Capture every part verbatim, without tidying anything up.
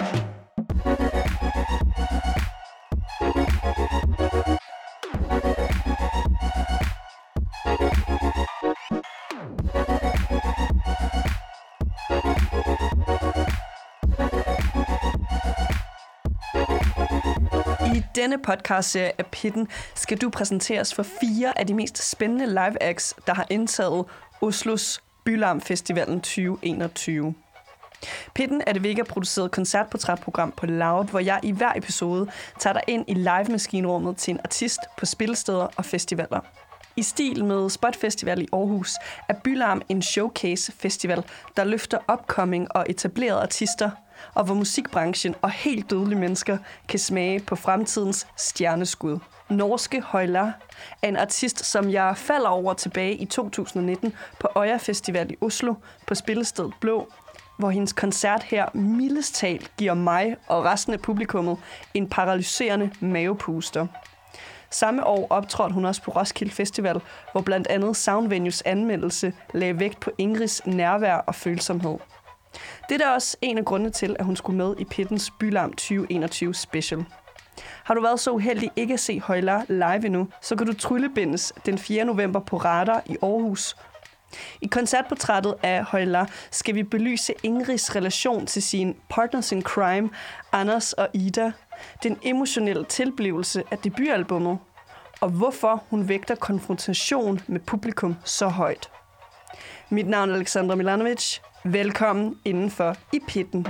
I denne podcastserie af Pitten skal du præsenteres for fire af de mest spændende live acts, der har indtaget Oslos Bylarm Festivalen tyve enogtyve. Pitten er det Vega-producerede koncertportrætprogram på Loud, hvor jeg i hver episode tager dig ind i live-maskinrummet til en artist på spillesteder og festivaler. I stil med Spot Festival i Aarhus er Bylarm en showcase-festival, der løfter upcoming og etablerede artister, og hvor musikbranchen og helt dødelige mennesker kan smage på fremtidens stjerneskud. Norske Højla er en artist, som jeg falder over tilbage i to tusind nitten på Øya Festival i Oslo på spillestedet Blå, hvor hendes koncert her mildest talt giver mig og resten af publikummet en paralyserende mavepuster. Samme år optrådte hun også på Roskilde Festival, hvor blandt andet Soundvenues anmeldelse lagde vægt på Ingrids nærvær og følsomhed. Det er også en af grundene til, at hun skulle med i Pittens Bylarm tyve enogtyve special. Har du været så uheldig ikke at se Højla live endnu, så kan du tryllebindes den fjerde november på Radar i Aarhus. I koncertportrættet af Højla skal vi belyse Ingrids relation til sine partners in crime, Anders og Ida, den emotionelle tilblivelse af debutalbummet, og hvorfor hun vægter konfrontation med publikum så højt. Mit navn er Alexandra Milanovic. Velkommen indenfor i Pitten.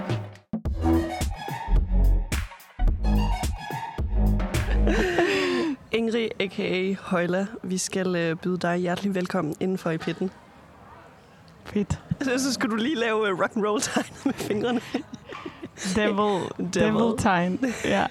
Ingrid, a k a. Højla, vi skal byde dig hjertelig velkommen indenfor i Pitten. Fedt. Så skulle du lige lave rock and roll tegn med fingrene. Devil, devil tegn, ja.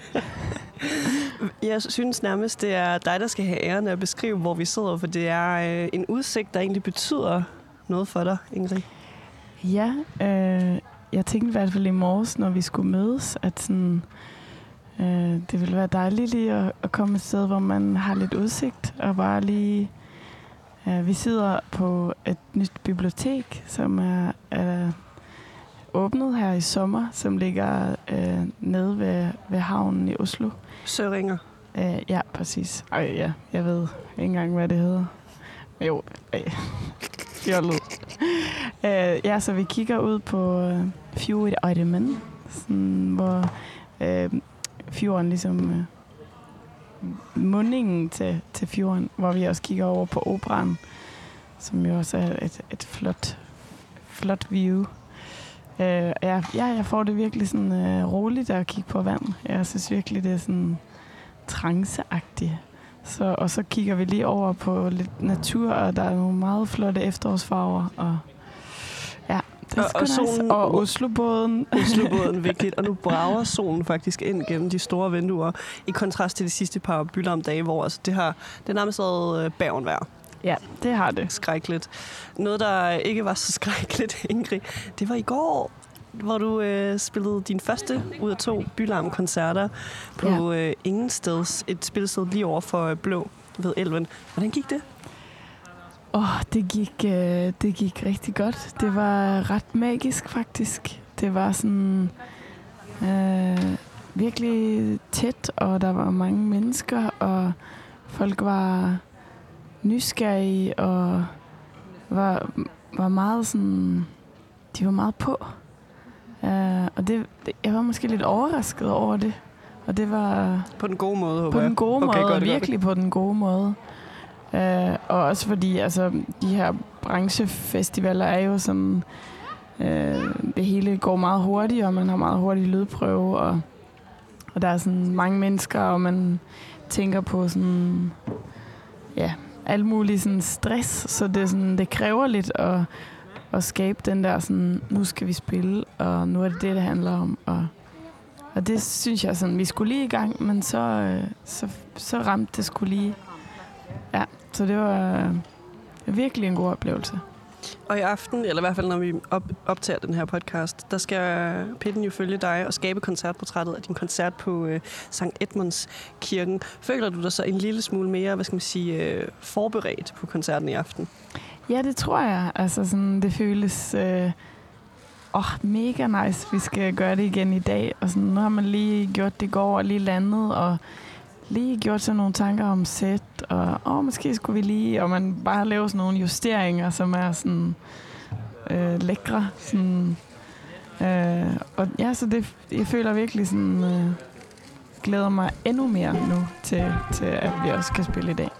Jeg synes nærmest, det er dig, der skal have æren at beskrive, hvor vi sidder, for det er øh, en udsigt, der egentlig betyder noget for dig, Ingrid. Ja, øh, jeg tænkte i hvert fald i morges, når vi skulle mødes, at sådan, øh, det ville være dejligt lige at, at komme et sted, hvor man har lidt udsigt, og bare lige... Øh, vi sidder på et nyt bibliotek, som er, er åbnet her i sommer, som ligger øh, nede ved, ved havnen i Oslo. Søringer. Øh, ja, præcis. Ej, ja, jeg ved ikke engang, hvad det hedder. Jo, øh, fjollet. øh, ja, så vi kigger ud på øh, Fjordarmen, sådan, hvor øh, fjorden ligesom... Øh, mundingen til, til fjorden, hvor vi også kigger over på Operaen, som jo også er et, et flot, flot view. Uh, ja, ja, jeg får det virkelig sådan uh, roligt at kigge på vand. Jeg synes virkelig, det er sådan tranceagtigt. Så, og så kigger vi lige over på lidt natur, og der er nogle meget flotte efterårsfarver. Og, ja, det er og, og, nice. solen, og Oslobåden. Oslobåden, vigtigt. Og nu brager solen faktisk ind gennem de store vinduer, i kontrast til de sidste par Bylarm-dage, hvor altså, det har det nærmest været bærenvejr. Ja, det har det. Skrækkeligt. Noget, der ikke var så skrækkeligt, Ingrid, det var i går, hvor du øh, spillede din første ud af to Bylarm-koncerter på ja. øh, Ingensteds, et spillested lige over for Blå ved Elven. Hvordan gik det? Åh, oh, det gik, øh, det gik rigtig godt. Det var ret magisk, faktisk. Det var sådan øh, virkelig tæt, og der var mange mennesker, og folk var nysgerrige, og var, var meget sådan... De var meget på. Uh, og det, det, jeg var måske lidt overrasket over det. Og det var... På den gode måde, håber På jeg. den gode okay, måde, godt, virkelig godt. på den gode måde. Uh, og også fordi, altså, de her branchefestivaler er jo sådan... Uh, det hele går meget hurtigt, og man har meget hurtig lydprøve, og, og der er sådan mange mennesker, og man tænker på sådan... Ja, alt muligt sådan stress, så det, er sådan, det kræver lidt at, at skabe den der sådan, nu skal vi spille, og nu er det det, det handler om. Og, og det synes jeg sådan, vi skulle lige i gang, men så, så, så ramte det skulle lige. Ja, så det var virkelig en god oplevelse. Og i aften, eller i hvert fald når vi op, optager den her podcast, der skal Pitten jo følge dig og skabe koncertportrættet af din koncert på øh, Sankt Edmunds Kirken. Føler du dig så en lille smule mere, hvad skal man sige, øh, forberedt på koncerten i aften? Ja, det tror jeg. Altså sådan, det føles... Øh, åh, oh, mega nice, vi skal gøre det igen i dag. Og sådan, nu har man lige gjort det i går og lige landet, og lige gjort sådan nogle tanker om sæt, og åh, oh, måske skulle vi lige, og man bare laver sådan nogle justeringer, som er sådan øh, lækre. Sådan, øh, og ja, så det, jeg føler virkelig sådan, øh, glæder mig endnu mere nu til, til, at vi også kan spille i dag.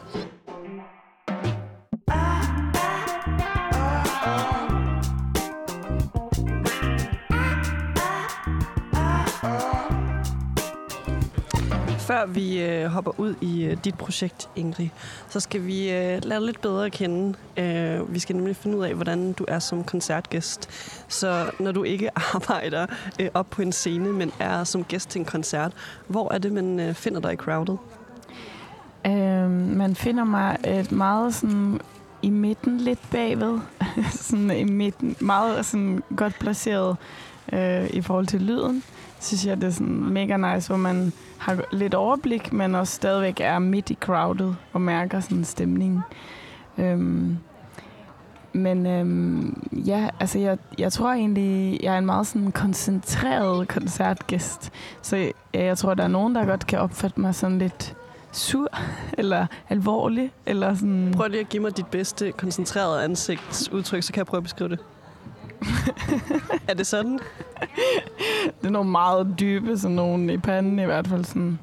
Før vi øh, hopper ud i øh, dit projekt, Ingrid, så skal vi øh, lade lidt bedre at kende. Øh, vi skal nemlig finde ud af, hvordan du er som koncertgæst. Så når du ikke arbejder øh, op på en scene, men er som gæst til en koncert, hvor er det, man øh, finder dig i crowdet? Øh, man finder mig et meget sådan i midten, lidt bagved. sådan i midten, meget sådan godt placeret øh, i forhold til lyden. Synes jeg, det er sådan mega nice, hvor man har lidt overblik, men også stadigvæk er midt i crowdet og mærker sådan en stemning. Øhm, men øhm, ja, altså jeg, jeg tror egentlig, jeg er en meget sådan koncentreret koncertgæst. Så jeg, jeg tror, der er nogen, der godt kan opfatte mig sådan lidt sur, eller alvorlig, eller sådan... Prøv lige at give mig dit bedste koncentrerede ansigtsudtryk, så kan jeg prøve at beskrive det. Er det sådan? Det er nogle meget dybe, sådan nogle i panden i hvert fald. Sådan.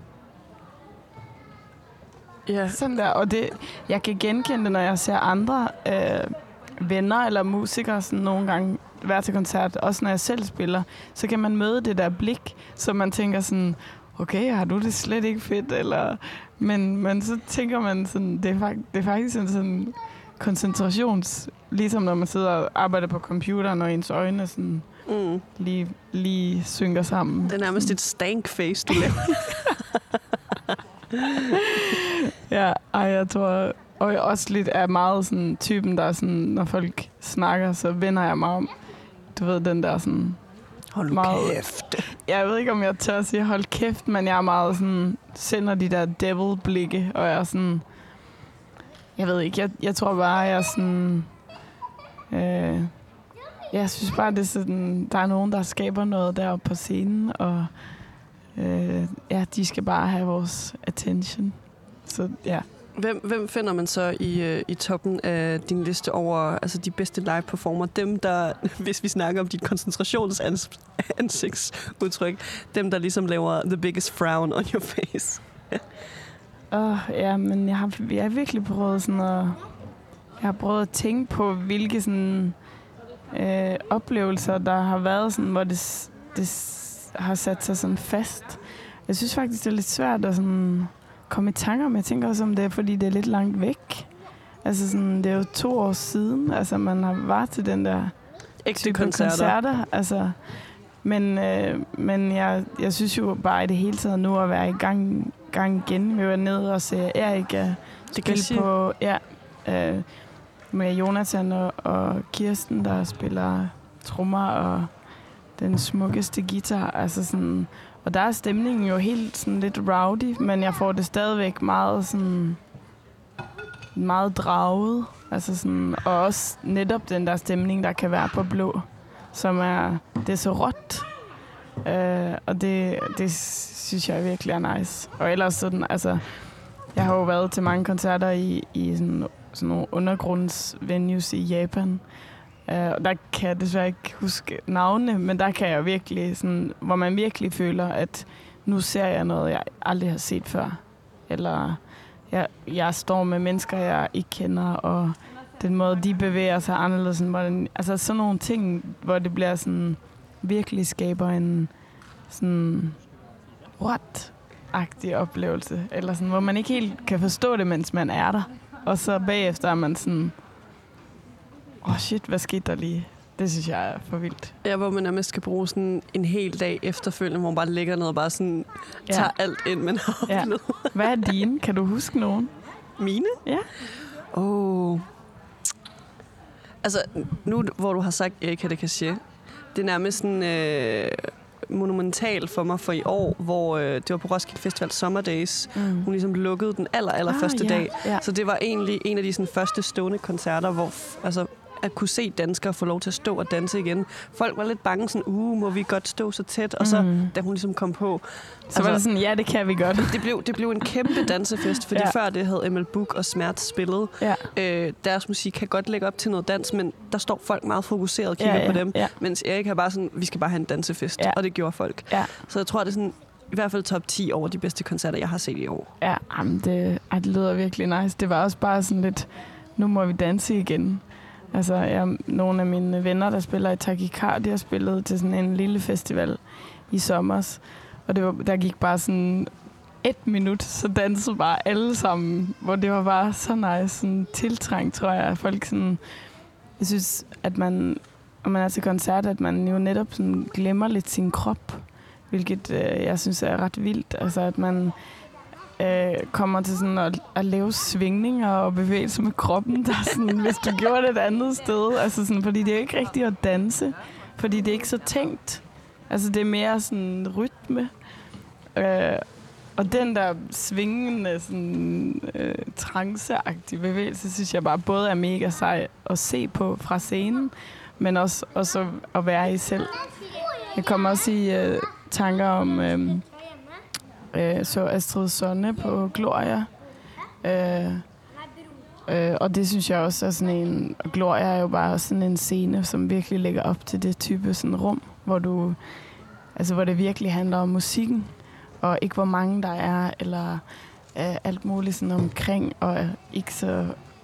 Ja. Sådan der, og det, jeg kan genkende det, når jeg ser andre øh, venner eller musikere sådan nogle gange være til koncert, også når jeg selv spiller, så kan man møde det der blik, så man tænker sådan, okay, har du det slet ikke fedt, eller... Men, men så tænker man sådan, det er, fakt, det er faktisk en sådan koncentrations... Ligesom når man sidder og arbejder på computeren, og ens øjne sådan mm. lige, lige synker sammen. Det er nærmest et stank face, du laver. Ja, ej, jeg tror... Og jeg også lidt er meget sådan typen, der er sådan, når folk snakker, så vender jeg mig om. Du ved, den der sådan... Hold meget, kæft. Jeg ved ikke, om jeg tør at sige hold kæft, men jeg er meget sådan... Sender de der devil-blikke, og jeg er sådan... Jeg ved ikke, jeg, jeg tror bare, jeg er sådan... Øh, jeg synes bare, det er sådan, der er nogen, der skaber noget deroppe på scenen, og øh, ja, de skal bare have vores attention. Så ja. Hvem, hvem finder man så i, i toppen af din liste over altså de bedste live performer? Dem, der, hvis vi snakker om dit koncentrationsansigtsudtryk, dem, der ligesom laver the biggest frown on your face. Åh, oh, ja, men jeg har, jeg har virkelig prøvet sådan at... Jeg har prøvet at tænke på, hvilke sådan, øh, oplevelser, der har været, sådan, hvor det, det har sat sig sådan fast. Jeg synes faktisk, det er lidt svært at sådan, komme i tanker om. Jeg tænker også om det, fordi det er lidt langt væk. Altså, sådan, det er jo to år siden, altså, man har været til den der ægte koncerter. koncerter. Altså, men øh, men jeg, jeg synes jo bare i det hele taget nu at være i gang, gang igen. Vi var nede og se Erika spille på... Ja, øh, med Jonathan og, og Kirsten, der spiller trommer og den smukkeste guitar. Altså sådan, og der er stemningen jo helt sådan lidt rowdy, men jeg får det stadigvæk meget sådan meget draget. Altså sådan, og også netop den der stemning, der kan være på Blå, som er, det er så råt. Øh, og det, det synes jeg virkelig er nice. Og ellers sådan, altså, jeg har jo været til mange koncerter i, i sådan sådan nogle undergrundsvenues i Japan. Uh, der kan jeg desværre ikke huske navne, men der kan jeg virkelig, sådan, hvor man virkelig føler, at nu ser jeg noget, jeg aldrig har set før. Eller jeg, jeg står med mennesker, jeg ikke kender, og den måde, de bevæger sig anderledes. Hvordan, altså sådan nogle ting, hvor det bliver sådan, virkelig skaber en sådan what-agtig oplevelse. Eller sådan, hvor man ikke helt kan forstå det, mens man er der. Og så bagefter er man sådan, åh oh shit, hvad skete der lige? Det synes jeg er for vildt. Ja, hvor man nærmest skal bruge sådan en hel dag efterfølgende, hvor man bare ligger ned og bare sådan tager ja. alt ind, man har oplevet. Ja. Hvad er dine? Kan du huske nogen? Mine? Ja. Åh. Oh. Altså, nu hvor du har sagt Erika de Cachet, det er nærmest sådan øh, monumental for mig for i år, hvor øh, det var på Roskilde Festival Summer Days. Mm. Hun ligesom lukkede den aller, aller ah, første ja, dag. Ja. Så det var egentlig en af de sådan, første stående koncerter, hvor f- altså, at kunne se danskere få lov til at stå og danse igen. Folk var lidt bange, sådan, uh, må vi godt stå så tæt? Og så, mm. da hun ligesom kom på... Så altså, var det sådan, ja, det kan vi godt. Det blev, det blev en kæmpe dansefest, fordi ja. før det havde Emil Buch og Smerts spillet. Ja. Øh, deres musik kan godt lægge op til noget dans, men der står folk meget fokuseret og kigger ja, ja, på dem, ja. mens Erik har bare sådan, vi skal bare have en dansefest, ja. og det gjorde folk. Ja. Så jeg tror, det er sådan... I hvert fald top ti over de bedste koncerter, jeg har set i år. Ja, jamen det, ej, det lyder virkelig nice. Det var også bare sådan lidt, nu må vi danse igen. Altså, jeg, nogle af mine venner, der spiller i Takikar, de har spillet til sådan en lille festival i sommers. Og det var, der gik bare sådan et minut, så dansede bare alle sammen. Hvor det var bare så nice, sådan tiltrængt, tror jeg. Folk sådan, jeg synes, at man, når man er til koncert, at man jo netop sådan glemmer lidt sin krop. Hvilket øh, jeg synes er ret vildt. Altså, at man øh, kommer til sådan at, at lave svingninger og bevægelser med kroppen, der sådan, hvis du gjorde det et andet sted. Altså, sådan, fordi det er ikke rigtigt at danse. Fordi det er ikke så tænkt. Altså, det er mere sådan rytme. Øh, og den der svingende, sådan, øh, tranceagtige bevægelse, synes jeg bare både er mega sej at se på fra scenen, men også, også at være i selv. Jeg kommer også i øh, tanker om, øh, øh, så Astrid Sonne på Gloria. Øh, øh, og det synes jeg også er sådan en... Gloria er jo bare sådan en scene, som virkelig lægger op til det type sådan rum, hvor du... Altså, hvor det virkelig handler om musikken, og ikke hvor mange der er, eller øh, alt muligt sådan omkring, og ikke så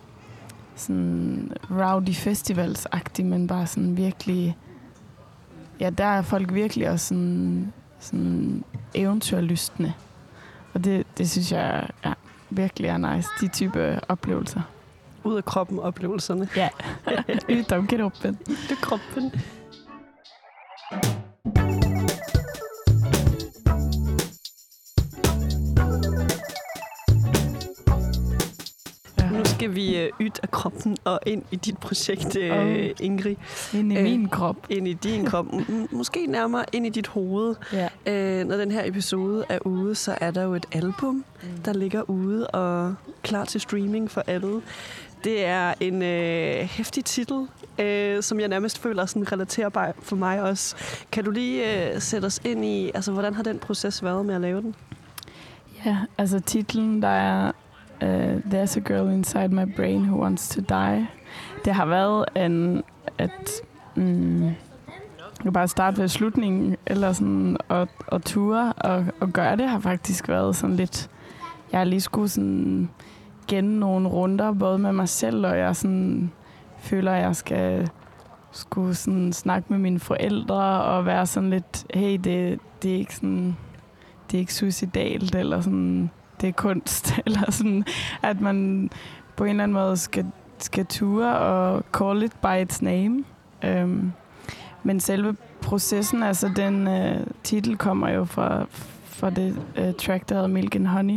sådan rowdy festivals-agtigt, men bare sådan virkelig... Ja, der er folk virkelig også sådan, sådan eventyrlystne. Og det, det synes jeg ja, virkelig er nice, de type oplevelser. Ud af kroppen oplevelserne. Ja, ud af kroppen. Ud af kroppen. Nu skal vi øh, ydt af kroppen og ind i dit projekt, øh, oh. Ingrid. Ind i øh, min krop. Ind i din krop. M- måske nærmere ind i dit hoved. Ja. Øh, når den her episode er ude, så er der jo et album, mm. der ligger ude og klar til streaming for alle. Det er en øh, heftig titel, øh, som jeg nærmest føler sådan relaterbar for mig også. Kan du lige øh, sætte os ind i, altså hvordan har den proces været med at lave den? Ja, altså titlen, der er Uh, There's a Girl Inside My Brain Who Wants to Die. Det har været en, at mm, jeg kan bare starte ved slutningen, eller sådan, og, og ture, og, og gøre det har faktisk været sådan lidt, jeg har lige skulle sådan genne nogle runder, både med mig selv, og jeg sådan føler, at jeg skal skulle sådan snakke med mine forældre, og være sådan lidt, hey, det, det er ikke sådan, det er ikke suicidalt, eller sådan, det er kunst, eller sådan, at man på en eller anden måde skal, skal ture og call it by its name. Um, men selve processen, altså den uh, titel kommer jo fra, fra det uh, track, der hedder Milk and Honey.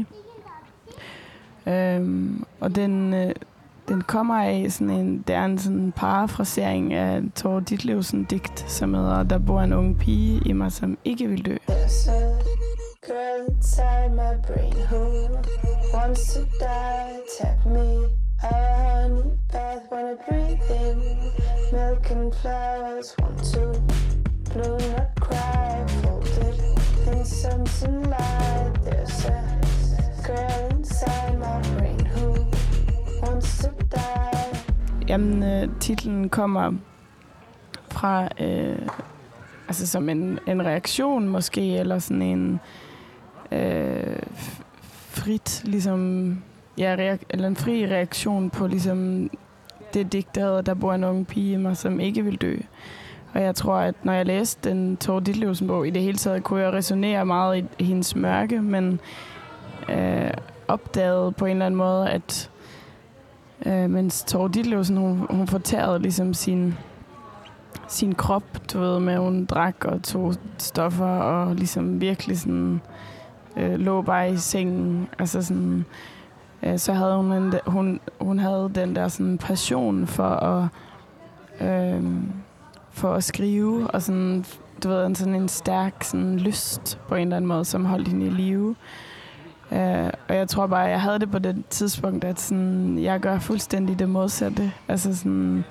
Um, og den, uh, den kommer af sådan en, det er en sådan parafrasering af Tove Ditlevsen digt, som hedder, der bor en ung pige i mig, som ikke vil dø. Girl inside my brain who wants to die, tap me a honey bath, wanna breathe in milk and flowers, want to bloom, not cry, folded in something light. There's a girl inside my brain who wants to die. Jamen, øh, titlen kommer fra øh, altså som en, en reaktion måske, eller sådan en øh, frit, ligesom, ja, reak- eller en fri reaktion på ligesom det digt, der hedder, der bor en ung pige i mig, som ikke vil dø. Og jeg tror, at når jeg læste den Tove Ditlevsen bog, i det hele taget kunne jeg resonere meget i, i hendes mørke, men øh, opdagede på en eller anden måde, at øh, mens Tove Ditlevsen, hun, hun fortærede ligesom sin sin krop, du ved, med hun drak og tog stoffer og ligesom virkelig sådan øh, lå bare i sengen. Altså sådan, øh, så havde hun, en, hun, hun havde den der sådan passion for at øh, for at skrive og sådan, du ved, en sådan en stærk sådan lyst på en eller anden måde, som holdt hende i live. Øh, og jeg tror bare, jeg havde det på det tidspunkt, at sådan, jeg gør fuldstændig det modsatte. Altså sådan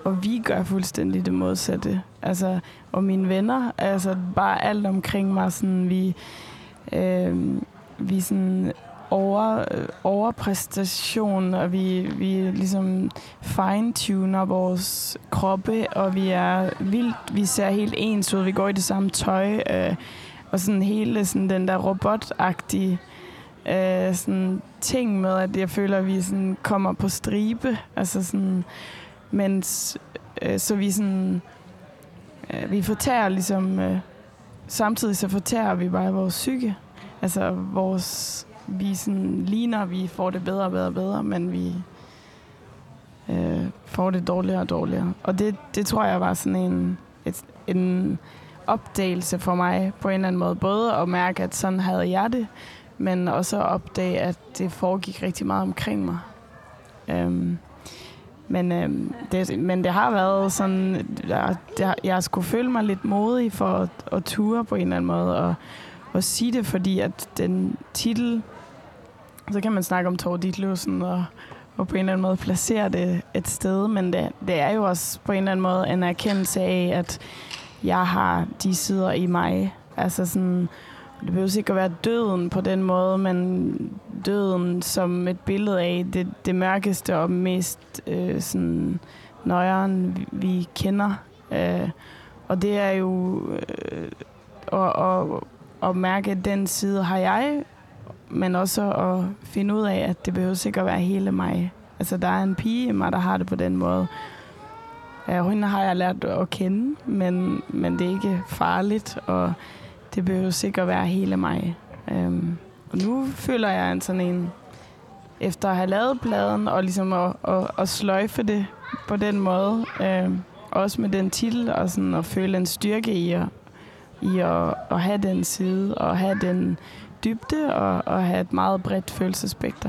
og vi gør fuldstændig det modsatte. Altså, og mine venner, altså bare alt omkring mig, sådan, vi, øh, vi sådan over, overpræstation, og vi, vi ligesom fine-tuner vores kroppe, og vi er vildt, vi ser helt ens ud, vi går i det samme tøj, øh, og sådan hele sådan den der robotagtige øh, sådan ting med, at jeg føler, at vi sådan kommer på stribe, altså sådan, mens øh, så vi sådan, øh, vi fortærer ligesom, øh, samtidig så fortærer vi bare vores psyke, altså vores, vi sådan ligner, vi får det bedre og bedre og bedre, men vi øh, får det dårligere og dårligere. Og det, det tror jeg var sådan en, et, en opdagelse for mig på en eller anden måde. Både at mærke, at sådan havde jeg det, men også at opdage, at det foregik rigtig meget omkring mig. Øhm, men, øhm, det, men det har været sådan, jeg, jeg, jeg skulle føle mig lidt modig for at, at ture på en eller anden måde, og, og sige det, fordi at den titel, så kan man snakke om Tove Ditlevsen og, og på en eller anden måde placere det et sted, men det, det er jo også på en eller anden måde en erkendelse af, at jeg har de sider i mig. Altså sådan, det behøver ikke at være døden på den måde, men døden som et billede af det, det mørkeste og mest øh, sådan nøjeren, vi, vi kender. Øh, og det er jo øh, at, at, at mærke, at den side har jeg, men også at finde ud af, at det behøver ikke at være hele mig. Altså, der er en pige i mig, der har det på den måde. Ja, hende har jeg lært at kende, men, men det er ikke farligt, og det behøver sikkert være hele mig. Um, og nu føler jeg en sådan en, efter at have lavet pladen, og ligesom at, at, at sløjfe det på den måde, um, også med den titel, og sådan at føle en styrke i at, i at, at have den side, og have den dybde, og, og have et meget bredt følelsespekter.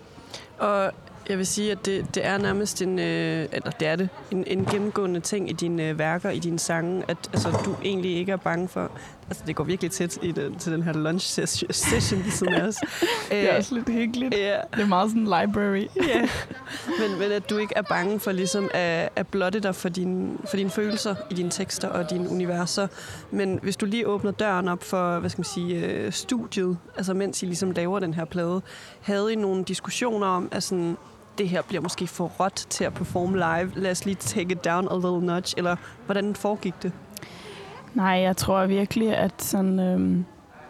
Og jeg vil sige, at det, det er nærmest en, øh, eller det er det, en, en gennemgående ting i dine øh, værker, i dine sange, at altså, du egentlig ikke er bange for, altså det går virkelig tæt i den, til den her lunch session, session siden af os. Det er også lidt hyggeligt. Yeah. Det er meget sådan en library. Yeah. men, men at du ikke er bange for ligesom at, at blotte dig for, din, for dine følelser i dine tekster og dine universer. Men hvis du lige åbner døren op for, hvad skal man sige, studiet, altså mens I ligesom laver den her plade, havde I nogle diskussioner om, at sådan, det her bliver måske for råt til at performe live. Lad os lige take it down a little notch. Eller hvordan foregik det? Nej, jeg tror virkelig, at sådan, øhm,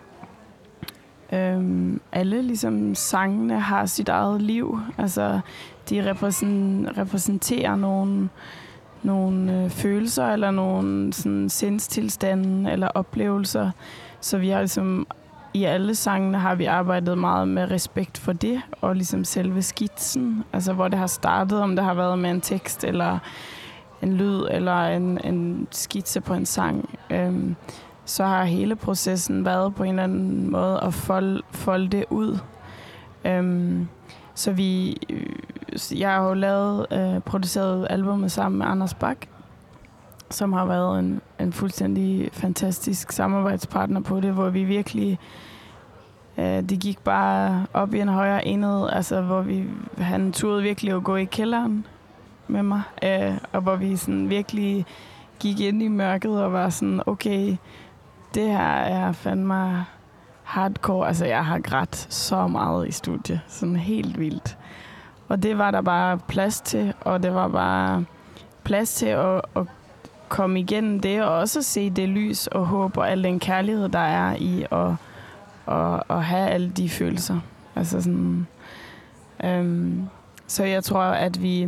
øhm, alle ligesom sangene har sit eget liv. Altså, de repræsen- repræsenterer nogle, nogle øh, følelser, eller nogle sådan, sindstilstande, eller oplevelser. Så vi har ligesom, i alle sangene har vi arbejdet meget med respekt for det, og ligesom selve skitsen, altså hvor det har startet, om det har været med en tekst, eller en lyd, eller en, en skitse på en sang. Øhm, så har hele processen været på en eller anden måde at folde, folde det ud. Øhm, så vi, jeg har jo lavet, øh, produceret albumet sammen med Anders Bak, som har været en, en fuldstændig fantastisk samarbejdspartner på det, hvor vi virkelig, øh, det gik bare op i en højere enhed, altså hvor vi, han turde virkelig at gå i kælderen med mig, øh, og hvor vi sådan virkelig gik ind i mørket og var sådan, okay, det her er fandme hardcore, altså jeg har grædt så meget i studiet, sådan helt vildt. Og det var der bare plads til, og det var bare plads til at, at komme igennem det, og også se det lys og håb og al den kærlighed, der er i at, at, at have alle de følelser. Altså sådan, øhm, så jeg tror, at vi,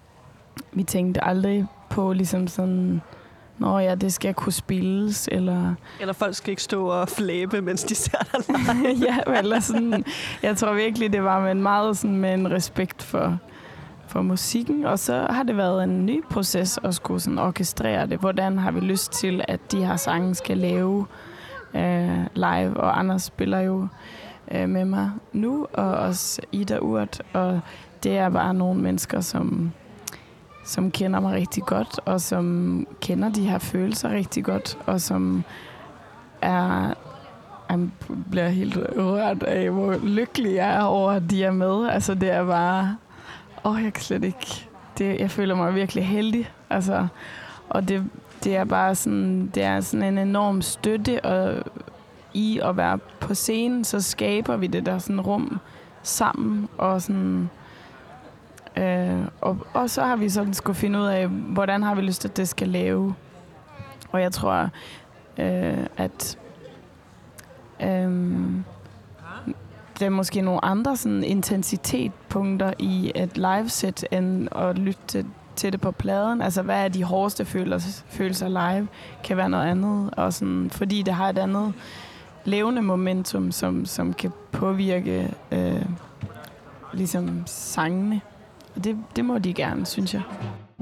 vi tænkte aldrig på ligesom sådan, nå ja, det skal kunne spilles, eller... Eller folk skal ikke stå og flæbe, mens de ser dig. Ja, eller sådan, jeg tror virkelig, det var med en meget sådan, med en respekt for, for musikken, og så har det været en ny proces at skulle sådan orkestrere det. Hvordan har vi lyst til, at de her sange skal lave øh, live, og Anders spiller jo øh, med mig nu, og også Ida Urt, og det er bare nogle mennesker, som, som kender mig rigtig godt, og som kender de her følelser rigtig godt, og som er... Jeg bliver helt rørt af, hvor lykkelig jeg er over, at de er med. Altså, det er bare... Åh, oh, jeg kan slet ikke... Det, jeg føler mig virkelig heldig Altså, og det, det er bare sådan, det er sådan en enorm støtte, og i at være på scenen, så skaber vi det der sådan rum sammen, og sådan, øh, og, og så har vi sådan skulle finde ud af, hvordan har vi lyst til, at det skal lave. Og jeg tror, øh, at øh, der er måske nogle andre sådan intensitetspunkter i et liveset, end at lytte til, til det på pladen. Altså, hvad er de hårdeste følelser, følelser live? Kan være noget andet. Og sådan, fordi det har et andet levende momentum, som, som kan påvirke øh, ligesom sangene. Og det, det må de gerne, synes jeg.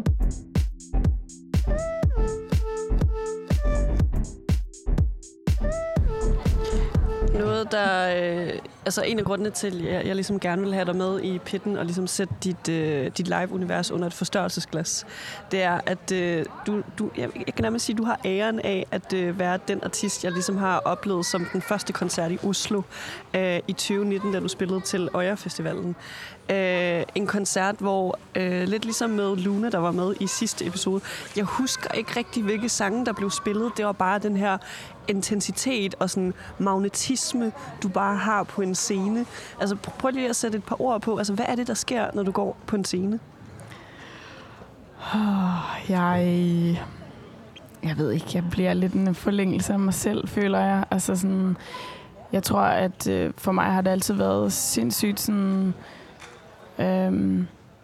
Noget, der... Øh, altså, en af grundene til, at jeg, jeg ligesom gerne vil have dig med i pitten og ligesom sætte dit, øh, dit live-univers under et forstørrelsesglas, det er, at øh, du... du jeg, jeg kan nærmest sige, at du har æren af at øh, være den artist, jeg ligesom har oplevet som den første koncert i Oslo øh, i tyve nitten, da du spillede til Øya Festivalen. Øh, en koncert, hvor øh, lidt ligesom med Luna, der var med i sidste episode, jeg husker ikke rigtig, hvilke sange, der blev spillet. Det var bare den her intensitet og sådan magnetisme, du bare har på en scene. Altså, prøv lige at sætte et par ord på. Altså, hvad er det, der sker, når du går på en scene? Oh, jeg... Jeg ved ikke, jeg bliver lidt en forlængelse af mig selv, føler jeg. Altså sådan... Jeg tror, at øh, for mig har det altid været sindssygt sådan... Øhm,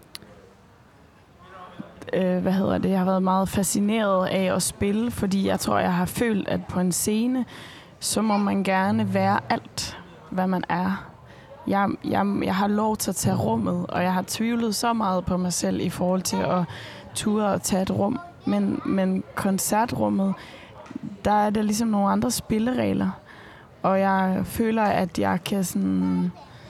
øh, hvad hedder det? Jeg har været meget fascineret af at spille, fordi jeg tror, jeg har følt, at på en scene, så må man gerne være alt, hvad man er. Jeg, jeg, jeg har lov til at tage rummet, og jeg har tvivlet så meget på mig selv i forhold til at ture og tage et rum. Men, men koncertrummet, der er der ligesom nogle andre spilleregler. Og jeg føler, at jeg kan sådan...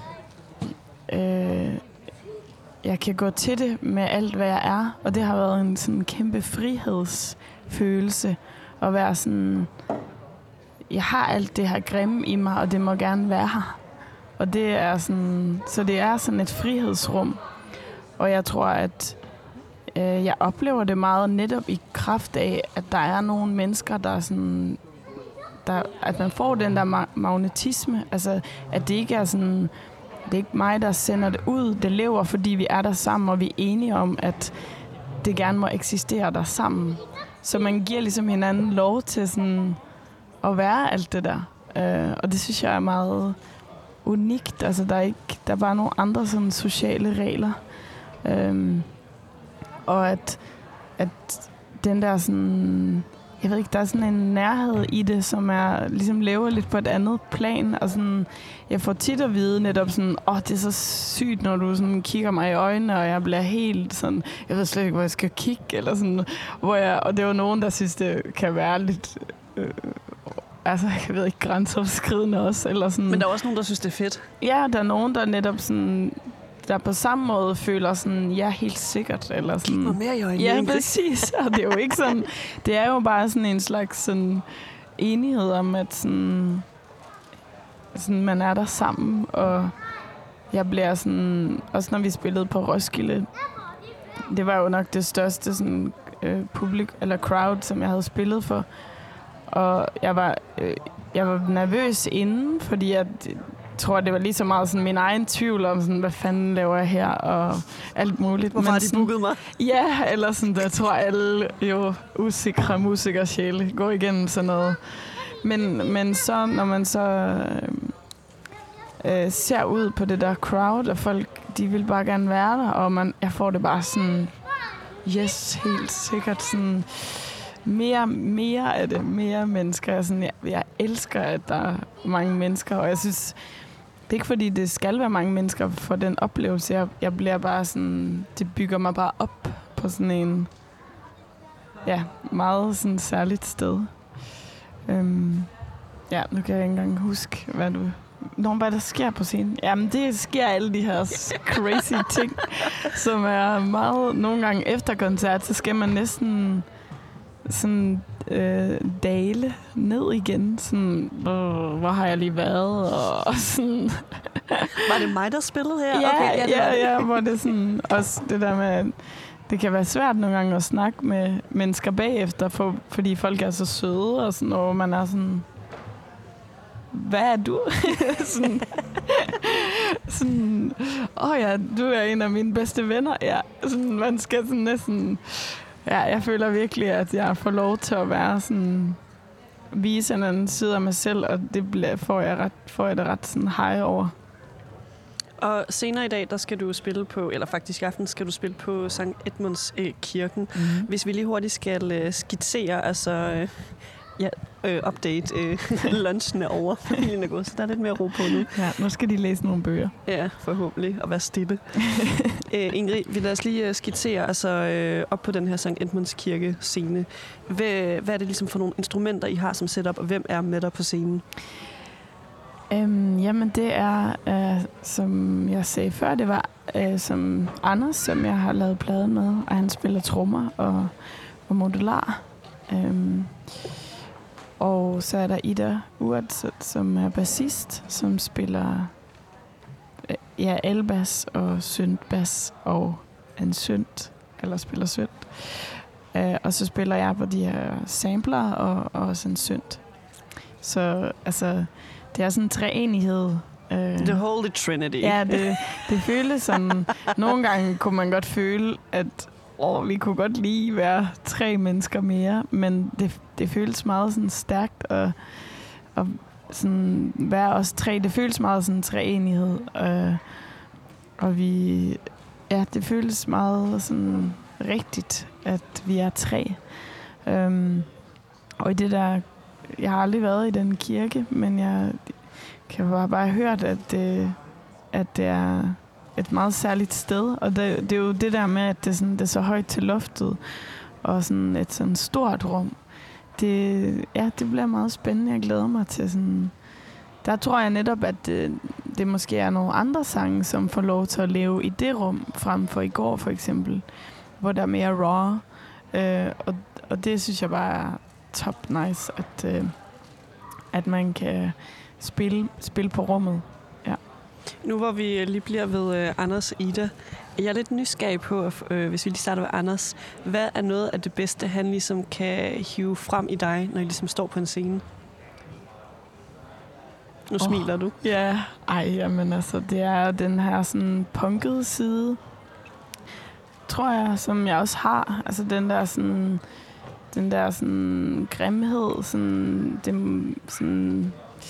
Øh, jeg kan gå til det med alt, hvad jeg er. Og det har været en sådan kæmpe frihedsfølelse. At være sådan... Jeg har alt det her grimme i mig, og det må gerne være her. Og det er sådan... Så det er sådan et frihedsrum. Og jeg tror, at øh, jeg oplever det meget netop i kraft af, at der er nogle mennesker, der er sådan... Der, at man får den der ma- magnetisme. Altså, at det ikke er sådan... Det er ikke mig, der sender det ud. Det lever, fordi vi er der sammen, og vi er enige om, at det gerne må eksistere der sammen. Så man giver ligesom hinanden lov til sådan at være alt det der. Uh, og det synes jeg er meget unikt. Altså, der er, ikke, der er bare nogle andre sådan sociale regler. Um, og at, at den der sådan... Jeg ved ikke, der er sådan en nærhed i det, som er ligesom lever lidt på et andet plan. Og sådan, jeg får tit at vide netop sådan, åh, oh, det er så sygt, når du sådan kigger mig i øjnene, og jeg bliver helt sådan, jeg ved slet ikke, hvor jeg skal kigge, eller sådan, hvor jeg, og det er jo nogen, der synes, det kan være lidt, øh, altså, jeg ved ikke, grænseoverskridende også, eller sådan. Men der er også nogen, der synes, det er fedt. Ja, der er nogen, der netop sådan, der på samme måde føler sådan, ja, helt sikkert. Eller sådan. Kig mig mere i øjnene. Ja, præcis. Og det er jo ikke sådan, det er jo bare sådan en slags sådan enighed om, at sådan, sådan man er der sammen, og jeg bliver sådan, også når vi spillede på Roskilde, det var jo nok det største sådan øh, publik, eller crowd, som jeg havde spillet for, og jeg var, øh, jeg var nervøs inden, fordi jeg tror, det var lige så meget sådan min egen tvivl om, sådan, hvad fanden laver jeg her, og alt muligt. Hvorfor har de booket mig? Ja, eller sådan, der tror alle jo usikre musikersjæle går igennem sådan noget. Men, men så, når man så øh, ser ud på det der crowd, og folk, de vil bare gerne være der, og man, jeg får det bare sådan, yes, helt sikkert sådan, mere, mere af det, mere mennesker. Sådan, jeg, jeg elsker, at der er mange mennesker, og jeg synes, det er ikke fordi, det skal være mange mennesker for den oplevelse. Jeg, jeg bliver bare sådan, det bygger mig bare op på sådan en, ja, meget sådan særligt sted. Øhm, ja, nu kan jeg ikke engang huske, hvad du... Nå, hvad der sker på scenen? Jamen, det sker alle de her crazy ting, som er meget... Nogle gange efter koncert, så skal man næsten sådan øh, dale ned igen. Sådan, hvor, hvor har jeg lige været? Og, og sådan... Var det mig, der spillede her? Ja, okay, ja, ja, ja, hvor det sådan... Også det der med... det kan være svært nogle gange at snakke med mennesker bagefter, for, fordi folk er så søde, og sådan, og man er sådan, hvad er du? sådan, sådan, åh oh ja, du er en af mine bedste venner. Ja, sådan, man skal sådan næsten, ja, jeg føler virkelig, at jeg får lov til at være sådan, vise en anden side af mig selv, og det bliver, får, jeg ret, får jeg det ret sådan high over. Og senere i dag, der skal du spille på, eller faktisk i aften, skal du spille på Sankt Edmunds øh, kirken. Mm-hmm. Hvis vi lige hurtigt skal øh, skitsere, altså øh, ja, øh, update, øh, lunchen er over, familien er gået, så der er lidt mere ro på nu. Ja, nu skal de læse nogle bøger. Ja, forhåbentlig, og være stille. øh, Ingrid, vi lad os lige skitsere, altså øh, op på den her Sankt Edmunds kirke scene. Hvad, hvad er det ligesom for nogle instrumenter, I har som setup, og hvem er med dig på scenen? Øhm, jamen det er, øh, som jeg sagde før, det var øh, som Anders, som jeg har lavet pladen med, og han spiller trommer og, og modular. Øhm, og så er der Ida Urt, som er bassist, som spiller øh, ja, elbas og syntbas og en synt, eller spiller synt. Øh, og så spiller jeg på de her sampler og, og også en synt. Så altså... Det er sådan en treenighed. The Holy Trinity. Ja, det, det føles sådan... Nogle gange kunne man godt føle, at åh, vi kunne godt lige være tre mennesker mere, men det, det føles meget sådan stærkt, og, og sådan være os tre. Det føles meget sådan en treenighed. Og, og vi... Ja, det føles meget sådan rigtigt, at vi er tre. Um, og i det der... Jeg har aldrig været i den kirke, men jeg kan bare, bare hørt, at det, at det er et meget særligt sted. Og det, det er jo det der med, at det er, sådan, det er så højt til loftet, og sådan et sådan stort rum. Det, ja, det bliver meget spændende. Jeg glæder mig til sådan... Der tror jeg netop, at det, det måske er nogle andre sange, som får lov til at leve i det rum, frem for i går for eksempel, hvor der er mere raw. Øh, og, og det synes jeg bare er top nice, at, øh, at man kan spille, spille på rummet. Ja. Nu hvor vi lige bliver ved øh, Anders og Ida, jeg er lidt nysgerrig på, øh, hvis vi lige starter med Anders, hvad er noget af det bedste, han ligesom kan hive frem i dig, når I ligesom står på en scene? Nu oh, smiler du. Ja, ej, jamen altså, det er den her sådan punkede side, tror jeg, som jeg også har. Altså den der sådan... Den der sådan grimhed, sådan, det, sådan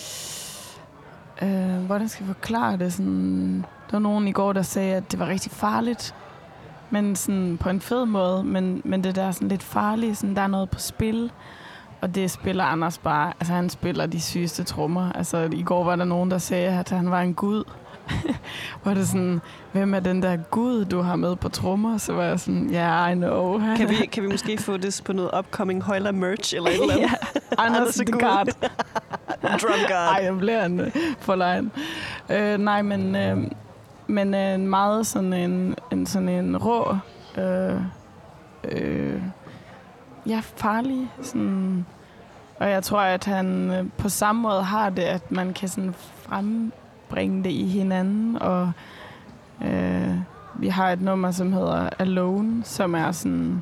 øh, hvordan skal jeg forklare det? Sådan, der var nogen i går, der sagde, at det var rigtig farligt, men sådan på en fed måde, men, men det der sådan lidt farligt, sådan, der er noget på spil, og det spiller Anders bare, altså han spiller de sygeste trommer. Altså i går var der nogen, der sagde, at han var en gud. Hvor det sådan, hvem er den der gud, du har med på trommer? Så var jeg sådan, ja, yeah, I know. Kan vi, kan vi måske få det på noget upcoming Højler merch eller et eller andet? Ja, Anders the God. Drum God. Ej, jeg bliver en uh, forlegen. Uh, nej, men, uh, men uh, meget sådan en, en, sådan en rå, uh, uh, ja, farlig. Sådan. Og jeg tror, at han uh, på samme måde har det, at man kan sådan frem bringe det i hinanden, og øh, vi har et nummer, som hedder Alone, som er sådan,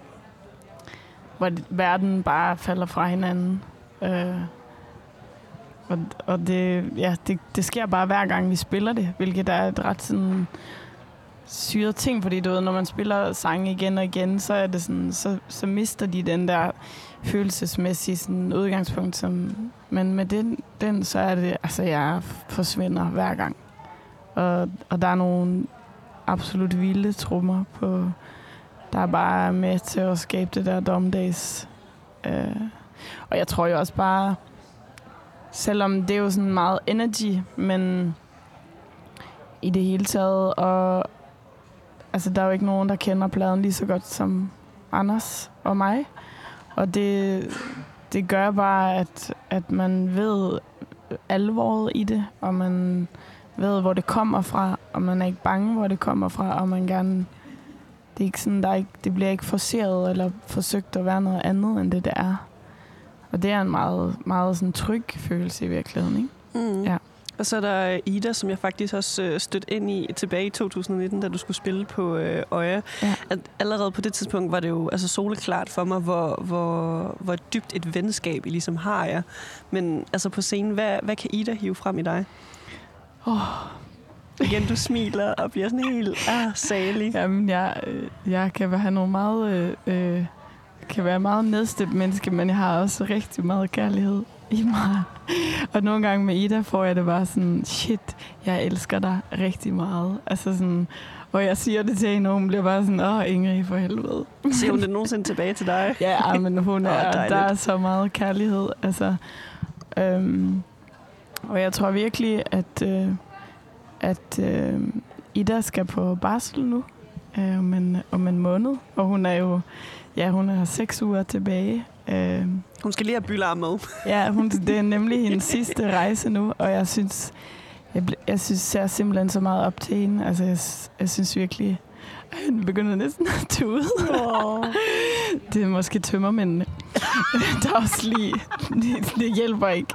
hvor verden bare falder fra hinanden. Øh, og og det, ja, det, det sker bare hver gang, vi spiller det, hvilket er et ret sådan syret ting, fordi du ved, når man spiller sange igen og igen, så er det sådan, så, så mister de den der følelsesmæssige sådan udgangspunkt, som, men med den, den, så er det, altså jeg forsvinder hver gang. Og, og der er nogle absolut vilde trommer på, der er bare med til at skabe det der dommedags. Øh. Og jeg tror jo også bare, selvom det er jo sådan meget energy, men i det hele taget, og altså der er jo ikke nogen, der kender pladen lige så godt som Anders og mig. Og det, det gør bare, at, at man ved alvoret i det, og man ved, hvor det kommer fra, og man er ikke bange, hvor det kommer fra, og man gerne... Det, er ikke sådan, der er ikke, det bliver ikke forceret eller forsøgt at være noget andet, end det, det er. Og det er en meget, meget sådan tryg følelse i virkeligheden, ikke? Mm. Ja. Og så er der Ida, som jeg faktisk også øh, stødte ind i tilbage i to tusind nitten, da du skulle spille på øh, Øya. Ja. At allerede på det tidspunkt var det jo altså soleklart for mig, hvor, hvor, hvor dybt et venskab I ligesom har jer. Men altså på scenen, hvad, hvad kan Ida hive frem i dig? Åh... Oh. Igen, du smiler og bliver sådan helt ah, salig. Jamen, jeg, jeg kan have nogle meget, øh, kan være meget nedstemt menneske, men jeg har også rigtig meget kærlighed i mig. Og nogle gange med Ida får jeg det bare sådan, shit, jeg elsker dig rigtig meget. Altså sådan, og jeg siger det til hende, og hun bliver bare sådan, åh, Ingrid, for helvede. Siger hun det nogensinde tilbage til dig? Ja, men hun er, oh, der er så meget kærlighed. Altså, øhm, og jeg tror virkelig, at... Øh, at øh, Ida skal på barsel nu øh, om, en, om en måned, og hun er jo, ja, hun er seks uger tilbage. Øh, hun skal lige have Bylarm med. Ja, hun, det er nemlig hendes sidste rejse nu, og jeg synes, jeg, jeg synes, jeg er simpelthen så meget op til hende. Altså, jeg, jeg synes virkelig, hun begynder næsten at tude. Oh. Det er måske tømmermændene. Der er også lige, det, det hjælper ikke.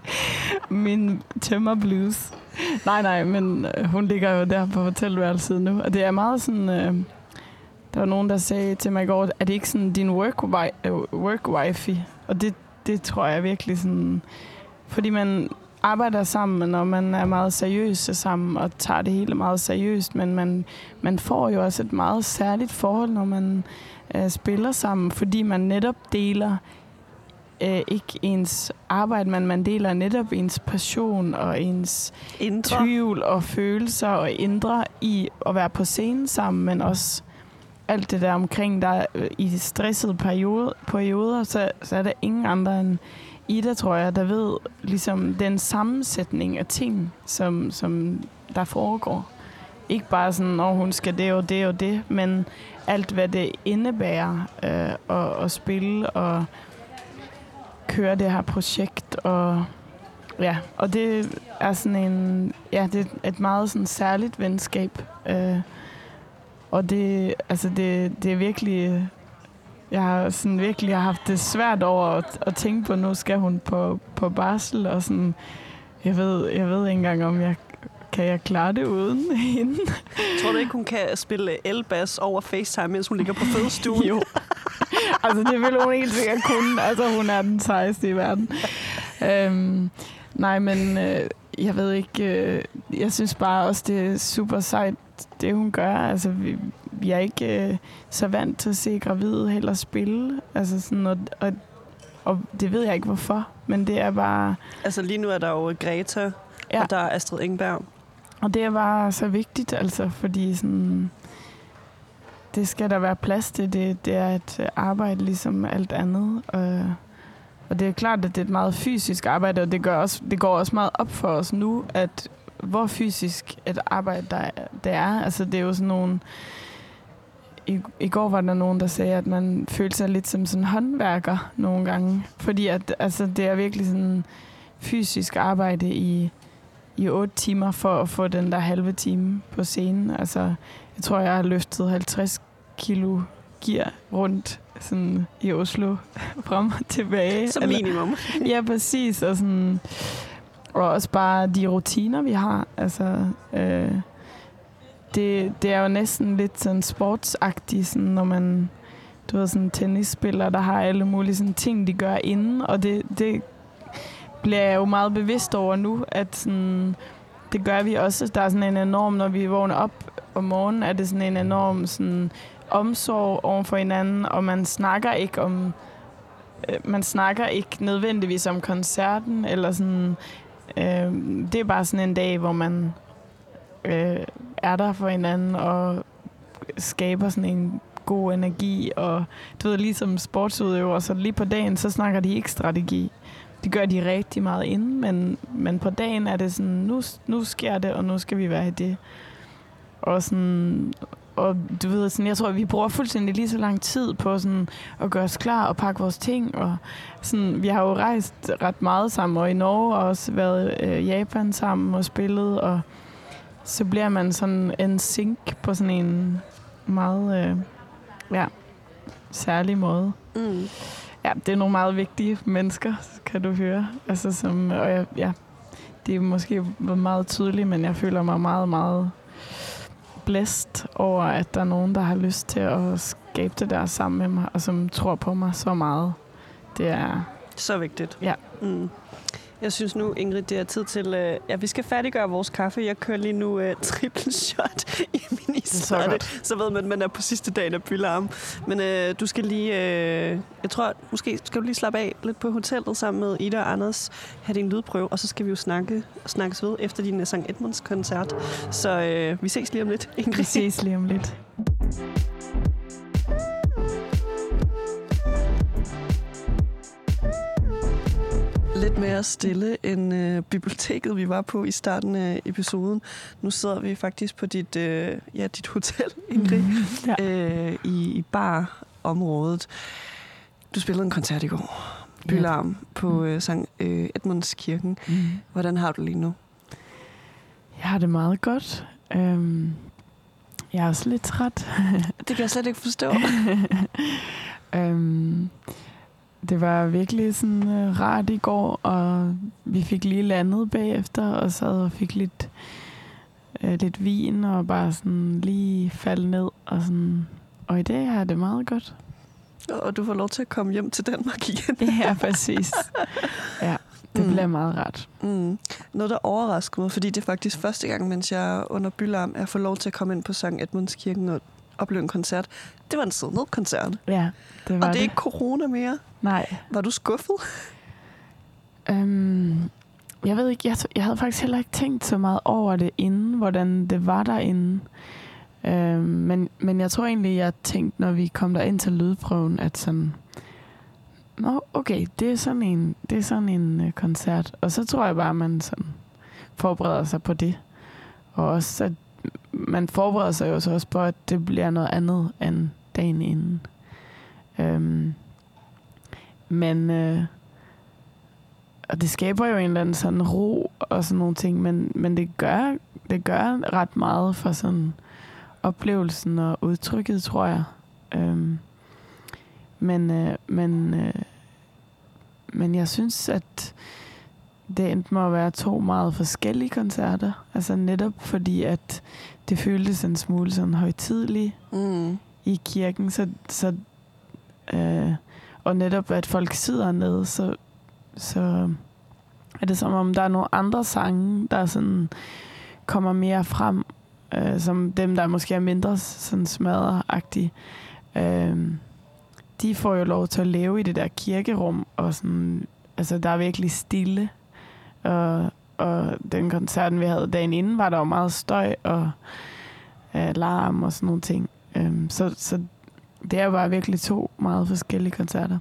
Min tømmerblues. Nej, nej, men øh, hun ligger jo der på hotelværelset nu, og det er meget sådan... Øh, der var nogen, der sagde til mig i går, er det ikke sådan din work, wi- work wifey? Og det, det tror jeg virkelig sådan... Fordi man arbejder sammen, og man er meget seriøs sammen, og tager det hele meget seriøst, men man, man får jo også et meget særligt forhold, når man øh, spiller sammen, fordi man netop deler... Øh, ikke ens arbejde, men man deler netop ens passion og ens indre. Tvivl og følelser og indre i at være på scenen sammen, men også alt det der omkring, der i stressede perioder, perioder så, så er der ingen andre end Ida, tror jeg, der ved ligesom den sammensætning af ting, som, som der foregår. Ikke bare sådan, at hun skal det og det og det, men alt, hvad det indebærer øh, at, at spille og køre det her projekt, og ja, og det er sådan en, ja, det er et meget sådan særligt venskab, øh, og det, altså det, det er virkelig, jeg har sådan virkelig har haft det svært over at, at tænke på, nu skal hun på, på barsel, og sådan, jeg ved, jeg ved ikke engang, om jeg kan jeg klare det uden hende. Tror du ikke, hun kan spille elbas over FaceTime, mens hun ligger på fødestuen? Jo. Altså, det vil hun helt sikkert kunne. Altså, hun er den sejeste i verden. øhm, nej, men øh, jeg ved ikke... Øh, jeg synes bare også, det er super sejt, det hun gør. Altså, vi, vi er ikke øh, så vant til at se gravide heller spille. Altså, sådan, og, og, og det ved jeg ikke, hvorfor. Men det er bare... Altså, lige nu er der jo Greta, ja. Og der er Astrid Engberg. Og det er bare så vigtigt, altså, fordi sådan... Det skal der være plads til. Det, det er et arbejde ligesom alt andet. Og, og det er klart, at det er et meget fysisk arbejde, og det, gør også, det går også meget op for os nu, at hvor fysisk et arbejde der, det er. Altså det er jo sådan nogle... I, I går var der nogen, der sagde, at man følte sig lidt som sådan en håndværker nogle gange. Fordi at, altså, det er virkelig sådan fysisk arbejde i, i otte timer for at få den der halve time på scenen. Altså, jeg tror, jeg har løftet halvtreds kilo gear rundt sådan i Oslo frem og tilbage. Som minimum. Ja, præcis. Og, sådan, og også bare de rutiner, vi har. Altså, øh, det, det er jo næsten lidt sådan sportsagtigt, sådan, når man, du ved, sådan tennisspiller, der har alle mulige sådan ting, de gør inden. Og det, det bliver jeg jo meget bevidst over nu, at sådan, det gør vi også. Der er sådan en enorm, når vi vågner op om morgenen, er det sådan en enorm sådan, omsorg over for hinanden, og man snakker ikke om, øh, man snakker ikke nødvendigvis om koncerten, eller sådan, øh, det er bare sådan en dag, hvor man øh, er der for hinanden, og skaber sådan en god energi, og du ved, ligesom sportsudøver, så lige på dagen, så snakker de ikke strategi. Det gør de rigtig meget inden, men, men på dagen er det sådan, nu, nu sker det, og nu skal vi være i det. Og sådan, og du ved, sådan, jeg tror, vi bruger fuldstændig lige så lang tid på sådan at gøre os klar og pakke vores ting. Og sådan, vi har jo rejst ret meget sammen, og i Norge og også været øh, Japan sammen og spillet, og så bliver man sådan en sync på sådan en meget øh, ja, særlig måde. Mm. Ja, det er nogle meget vigtige mennesker, kan du høre. Altså, som, og ja, ja, det er måske meget tydeligt, men jeg føler mig meget, meget blæst over, at der er nogen, der har lyst til at skabe det der sammen med mig, og som tror på mig så meget. Det er... Så vigtigt. Ja. Mm. Jeg synes nu, Ingrid, det er tid til, uh, ja, vi skal færdiggøre vores kaffe. Jeg kører lige nu uh, triple shot i min islatte, så, så ved man, at man er på sidste dagen af bylarm. Men uh, du skal lige, uh, jeg tror, måske skal du lige slappe af lidt på hotellet sammen med Ida og Anders, have din lydprøve, og så skal vi jo snakke, snakkes ved efter din Sankt Edmunds koncert. Så uh, vi ses lige om lidt, Ingrid. Vi ses lige om lidt. Lidt mere stille end øh, biblioteket, vi var på i starten af episoden. Nu sidder vi faktisk på dit, øh, ja, dit hotel, Ingrid, mm, ja. øh, i, i barområdet. Du spillede en koncert i går, Bylarm, ja. på øh, Sankt øh, Edmunds Kirken. Mm. Hvordan har du lige nu? Jeg har det meget godt. Øhm, jeg er også lidt træt. Det kan jeg slet ikke forstå. øhm, Det var virkelig sådan uh, rart i går, og vi fik lige landet bagefter, og sad og fik lidt, uh, lidt vin, og bare sådan lige falde ned. Og, sådan. Og i dag har jeg det meget godt. Og du får lov til at komme hjem til Danmark igen. Ja, præcis. Ja, det mm. bliver meget rart. Mm. Noget, der overraskede mig, fordi det er faktisk første gang, mens jeg under Bylarm er fået lov til at komme ind på Sankt Edmunds Kirken og opleve en koncert. Det var en sidde-ned-koncert. Ja, det var Og det er det. ikke corona mere. Nej. Var du skuffet? Øhm, jeg ved ikke, jeg, jeg havde faktisk heller ikke tænkt så meget over det inden, hvordan det var derinde. Øhm, men, men jeg tror egentlig, jeg tænkte, når vi kom der ind til lydprøven, at sådan, nå, okay, det er sådan en, det er sådan en uh, koncert. Og så tror jeg bare, at man sådan forbereder sig på det. Og også, at man forbereder sig jo så også på, at det bliver noget andet end dagen inden. Øhm, men øh, og det skaber jo en eller anden sådan ro og sådan nogle ting, men, men det gør det gør ret meget for sådan oplevelsen og udtrykket, tror jeg. Øhm, men øh, men øh, men jeg synes, at det endte med at være to meget forskellige koncerter. Altså netop fordi, at det føltes en smule sådan højtideligt mm. i kirken. Så, så, øh, og netop, at folk sidder nede, så, så er det som om, der er nogle andre sange, der sådan kommer mere frem, øh, som dem, der måske er mindre sådan smadreagtige. Øh, de får jo lov til at leve i det der kirkerum, og sådan, altså, der er virkelig stille. Og, og den koncerten, vi havde dagen inden, var der jo meget støj og øh, larm og sådan nogle ting. Øhm, så, så det er bare virkelig to meget forskellige koncerter.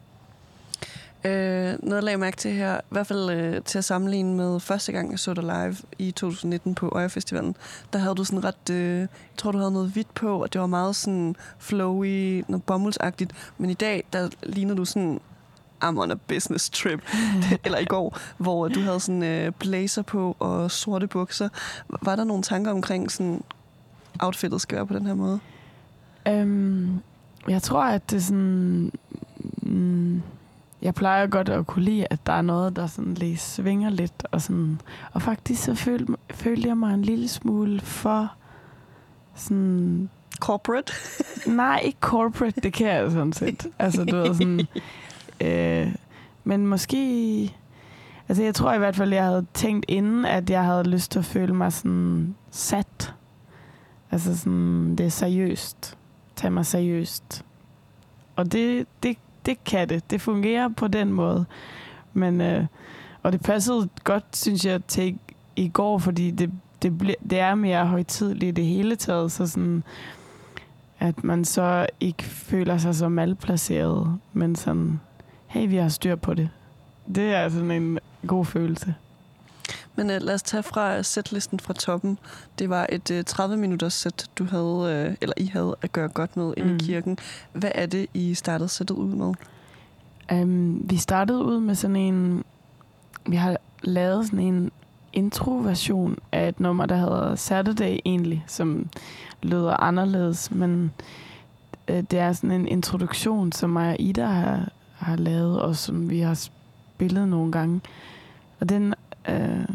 Øh, noget jeg lagde mærke til her, i hvert fald øh, til at sammenligne med første gang, jeg så dig live i to tusind nitten på Øya Festivalen, der havde du sådan ret, øh, jeg tror, du havde noget hvidt på, og det var meget sådan flowy, noget bomuldsagtigt, men i dag, der ligner du sådan, I'm on a business trip, eller i går, hvor du havde sådan øh, blazer på og sorte bukser. Var der nogle tanker omkring sådan, outfittet skal være på den her måde? Øhm, jeg tror, at det sådan... Mm, jeg plejer godt at kunne lide, at der er noget, der sådan lige svinger lidt. Og, sådan, og faktisk så følte, følte jeg mig en lille smule for sådan... Corporate? Nej, ikke corporate, det kan jeg sådan set. Altså, du ved sådan... Øh, men måske... Altså, jeg tror i hvert fald, jeg havde tænkt inden, at jeg havde lyst til at føle mig sådan sat. Altså sådan, det er seriøst. Tag mig seriøst. Og det, det, det kan det. Det fungerer på den måde. Men, øh, og det passede godt, synes jeg, til i går, fordi det, det, ble, det er mere højtideligt det hele taget. Så sådan, at man så ikke føler sig så malplaceret, men sådan... Hey, vi har styr på det. Det er sådan en god følelse. Men uh, lad os tage fra setlisten fra toppen. Det var et uh, tredive minutters set, du havde, uh, eller I havde at gøre godt med inde mm. i kirken. Hvad er det, I startede sættet ud med? Um, vi startede ud med sådan en... Vi har lavet sådan en intro-version af et nummer, der hedder Saturday egentlig, som lyder anderledes, men uh, det er sådan en introduktion, som mig og Ida har har lavet, og som vi har spillet nogle gange. Og den, øh,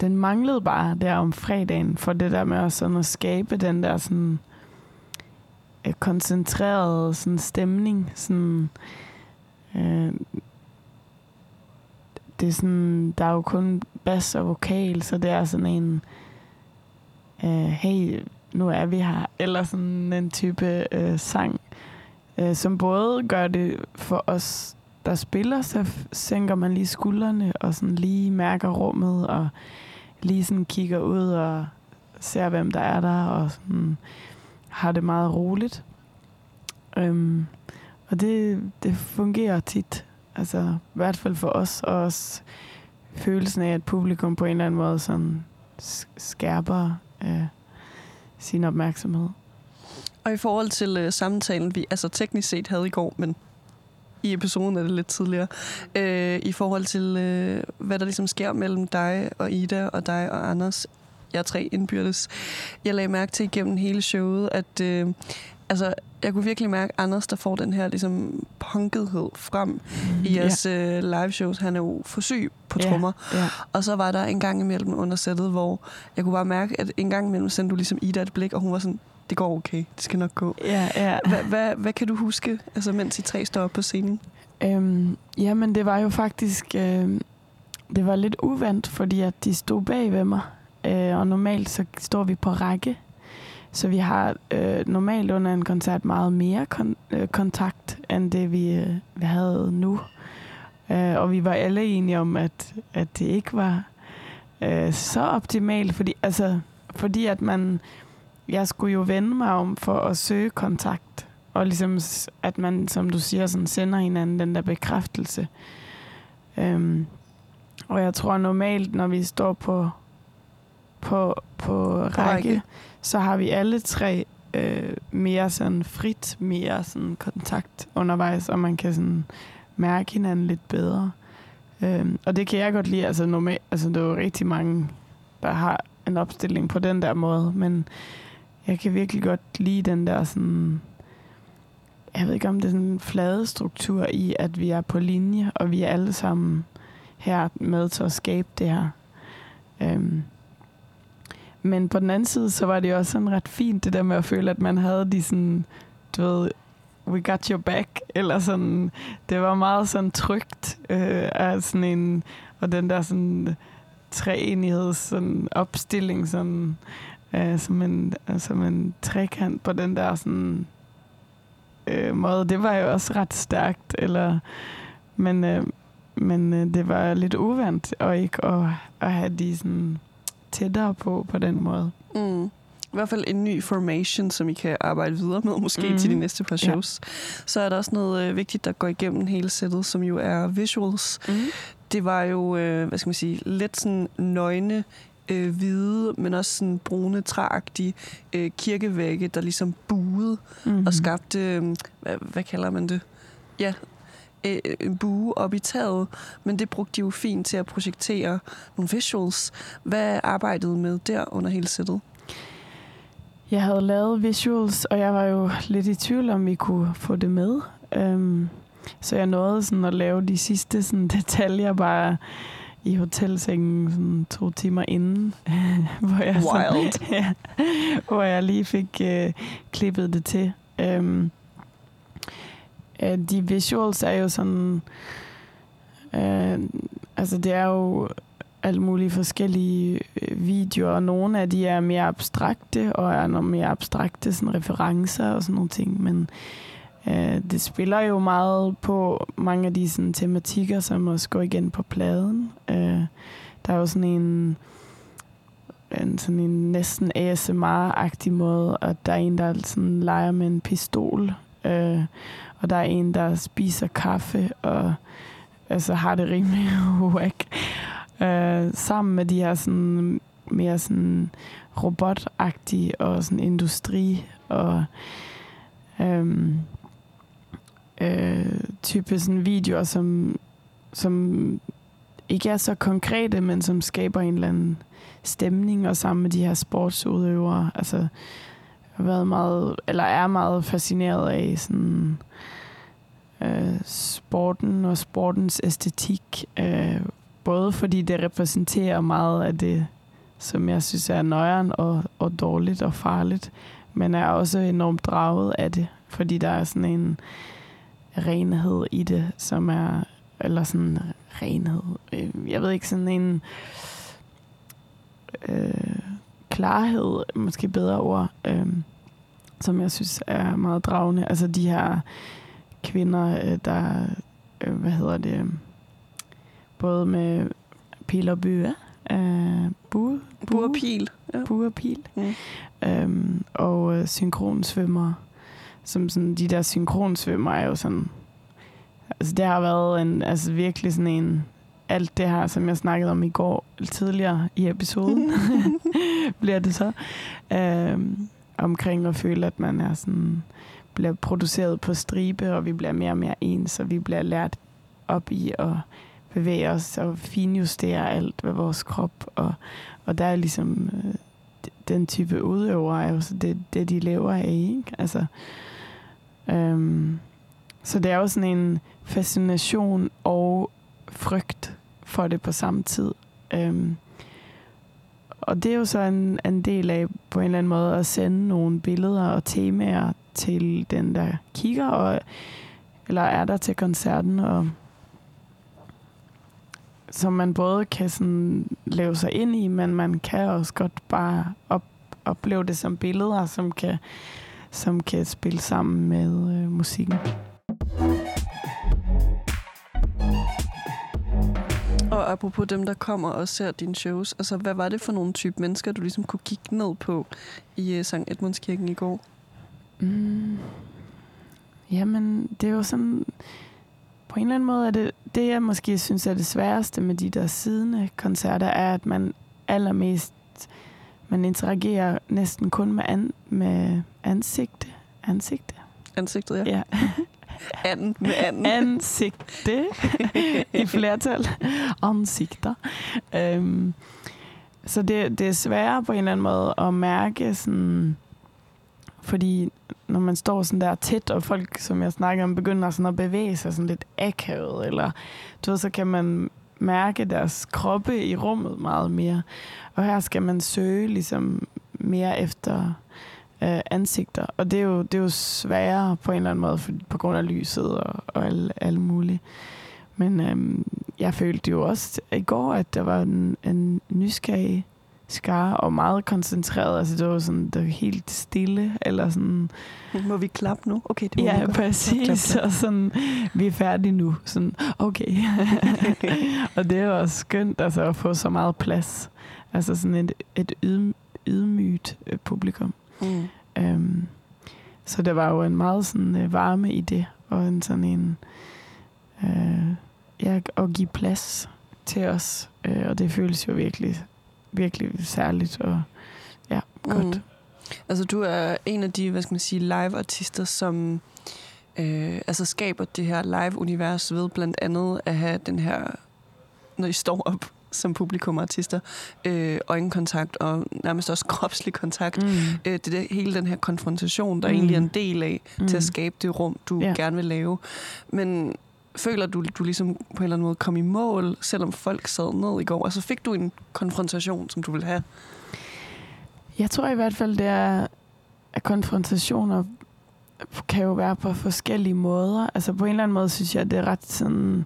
den manglede bare der om fredagen, for det der med at, sådan at skabe den der sådan øh, koncentrerede sådan stemning. Sådan, øh, det er sådan, der er jo kun bas og vokal, så det er sådan en, øh, hey, nu er vi her, eller sådan en type øh, sang, øh, som både gør det for os, der spiller, så sænker man lige skuldrene og sådan lige mærker rummet og lige sådan kigger ud og ser, hvem der er der og sådan har det meget roligt. Øhm, og det, det fungerer tit. Altså i hvert fald for os, og også følelsen af, at publikum på en eller anden måde sådan skærper øh, sin opmærksomhed. Og i forhold til øh, samtalen, vi altså teknisk set havde i går, men i episoden er det lidt tidligere, øh, i forhold til, øh, hvad der ligesom sker mellem dig og Ida, og dig og Anders. Jeg er tre indbyrdes. Jeg lagde mærke til igennem hele showet, at øh, altså, jeg kunne virkelig mærke Anders, der får den her ligesom punkethed frem mm, i jeres yeah. øh, live shows. Han er jo for syg på trommer. Yeah, yeah. Og så var der en gang imellem under sættet, hvor jeg kunne bare mærke, at en gang imellem sendte du ligesom Ida et blik, og hun var sådan, det går okay, det skal nok gå. Ja, ja. Hvad, hvad, hvad kan du huske, altså, mens I tre står op på scenen? Øhm, jamen, det var jo faktisk øh, det var lidt uvandt, fordi at de stod bag ved mig. Øh, og normalt så står vi på række. Så vi har øh, normalt under en koncert meget mere kon- øh, kontakt, end det vi, øh, vi havde nu. Øh, og vi var alle enige om, at, at det ikke var øh, så optimalt, fordi, altså, fordi at man... Jeg skulle jo vende mig om for at søge kontakt, og ligesom, at man, som du siger, sådan sender hinanden den der bekræftelse. Øhm, og jeg tror normalt, når vi står på, på, på række, række, så har vi alle tre øh, mere sådan frit, mere sådan kontakt undervejs, og man kan sådan mærke hinanden lidt bedre. Øhm, og det kan jeg godt lide. Altså, normalt, altså, der er jo rigtig mange, der har en opstilling på den der måde, men jeg kan virkelig godt lide den der sådan, jeg ved ikke om det er sådan en flade struktur i, at vi er på linje, og vi er alle sammen her med til at skabe det her. Øhm. Men på den anden side, så var det også sådan ret fint, det der med at føle, at man havde de sådan, du ved, we got your back, eller sådan, det var meget sådan trygt, øh, af sådan en, og den der sådan treenigheds sådan opstilling, sådan, øh, som, en, som en trekant på den der sådan øh, måde. Det var jo også ret stærkt, eller, men, øh, men øh, det var lidt uvandt, og ikke at, at have de sådan tættere på, på den måde. Mm. I hvert fald en ny formation, som I kan arbejde videre med, måske mm. til de næste par shows. Ja. Så er der også noget øh, vigtigt, der går igennem hele sættet, som jo er visuals. Mm. Det var jo, øh, hvad skal man sige, lidt sådan nøgne, øh, hvide, men også sådan brune, træagtige øh, kirkevægge, der ligesom buede mm-hmm. og skabte, øh, hvad, hvad kalder man det? Ja, øh, en bue op i taget, men det brugte de jo fint til at projektere nogle visuals. Hvad arbejdede med der under hele sættet? Jeg havde lavet visuals, og jeg var jo lidt i tvivl, om vi kunne få det med. Um, så jeg nåede sådan at lave de sidste sådan, detaljer bare i hotelsengen sådan, to timer inden. hvor, jeg Wild. Sådan, ja, hvor jeg lige fik uh, klippet det til. Um, uh, de visuals er jo sådan... Uh, altså det er jo alle mulige forskellige videoer, og nogle af de er mere abstrakte, og er nogle mere abstrakte sådan referencer og sådan nogle ting, men øh, det spiller jo meget på mange af de sådan, tematikker, som også går igen på pladen. Øh, der er jo sådan en, en, sådan en næsten A S M R-agtig måde, at der er en, der sådan leger med en pistol, øh, og der er en, der spiser kaffe, og altså har det rimelig whack. Uh, sammen med de her sådan, mere sådan robotagtige og sådan industri og um, uh, type sådan videoer, som, som ikke er så konkrete, men som skaber en eller anden stemning, og sammen med de her sportsudøvere. Altså, jeg har været meget, eller er meget fascineret af sådan uh, sporten og sportens æstetik, uh, både fordi det repræsenterer meget af det, som jeg synes er nøjeren og, og dårligt og farligt, men er også enormt draget af det, fordi der er sådan en renhed i det, som er, eller sådan renhed, jeg ved ikke, sådan en øh, klarhed, måske bedre ord, øh, som jeg synes er meget dragende. Altså de her kvinder, der, øh, hvad hedder det, både med pil og bue, øh, bue, bue og pil, ja. bue og pil, mm. øhm, og øh, synkronsvømmer, som sådan, de der synkronsvømmer er jo sådan, altså det har været en, altså virkelig sådan en, alt det her, som jeg snakkede om i går, tidligere i episoden, bliver det så, øhm, omkring at føle, at man er sådan, bliver produceret på stribe, og vi bliver mere og mere ens, og vi bliver lært op i at bevæge os og finjustere alt ved vores krop, og, og der er ligesom øh, den type udøvere er jo så det, det, de lever af, ikke? Altså, øhm, så det er jo sådan en fascination og frygt for det på samme tid. Øhm, og det er jo så en, en del af på en eller anden måde at sende nogle billeder og temaer til den, der kigger, og, eller er der til koncerten, og som man både kan sådan leve sig ind i, men man kan også godt bare op, opleve det som billeder, som kan, som kan spille sammen med øh, musikken. Og apropos dem, der kommer og ser dine shows, altså hvad var det for nogle type mennesker, du ligesom kunne kigge ned på i uh, Sankt Edmundskirken i går? Mm. Jamen, det er jo sådan, på en eller anden måde er det, det jeg måske synes er det sværeste med de der siddende koncerter, er, at man allermest, man interagerer næsten kun med, an, med ansigte. Ansigte? Ansigtet, ja. Ja. Anden med anden. Ansigte i flertal. Ansigter. Um, så det, det er sværere på en eller anden måde at mærke sådan, fordi når man står sådan der tæt, og folk, som jeg snakker om, begynder sådan at bevæge sig sådan lidt akavet, eller du ved, så kan man mærke deres kroppe i rummet meget mere. Og her skal man søge ligesom mere efter øh, ansigter. Og det er, jo, det er jo sværere på en eller anden måde, for, på grund af lyset og, og alle, alle mulige. Men øhm, jeg følte jo også i går, at der var en, en nysgerrig skare og meget koncentreret. Altså det var sådan, det var helt stille, eller sådan. Må vi klappe nu? Okay, det må ja, vi godt. præcis. Klap, klap. Og sådan, vi er færdige nu. Sådan, okay. Og det er jo også skønt, altså at få så meget plads. Altså sådan et, et ydm, ydmygt øh, publikum. Mm. Øhm, så der var jo en meget sådan øh, varme i det, og en sådan en øh, ja, at give plads til os. Øh, og det føles jo virkelig virkelig særligt og ja, godt. Mm. Altså du er en af de, hvad skal man sige, live-artister, som øh, altså skaber det her live-univers ved blandt andet at have den her, når I står op som publikumartister, øh, øjenkontakt og nærmest også kropslig kontakt. Mm. Øh, det er hele den her konfrontation, der mm. egentlig er en del af mm. til at skabe det rum, du yeah. gerne vil lave. Men føler du, du ligesom på en eller anden måde kom i mål, selvom folk sad ned i går? Altså fik du en konfrontation, som du ville have? Jeg tror i hvert fald, det er, at konfrontationer kan jo være på forskellige måder. Altså på en eller anden måde synes jeg, det er ret sådan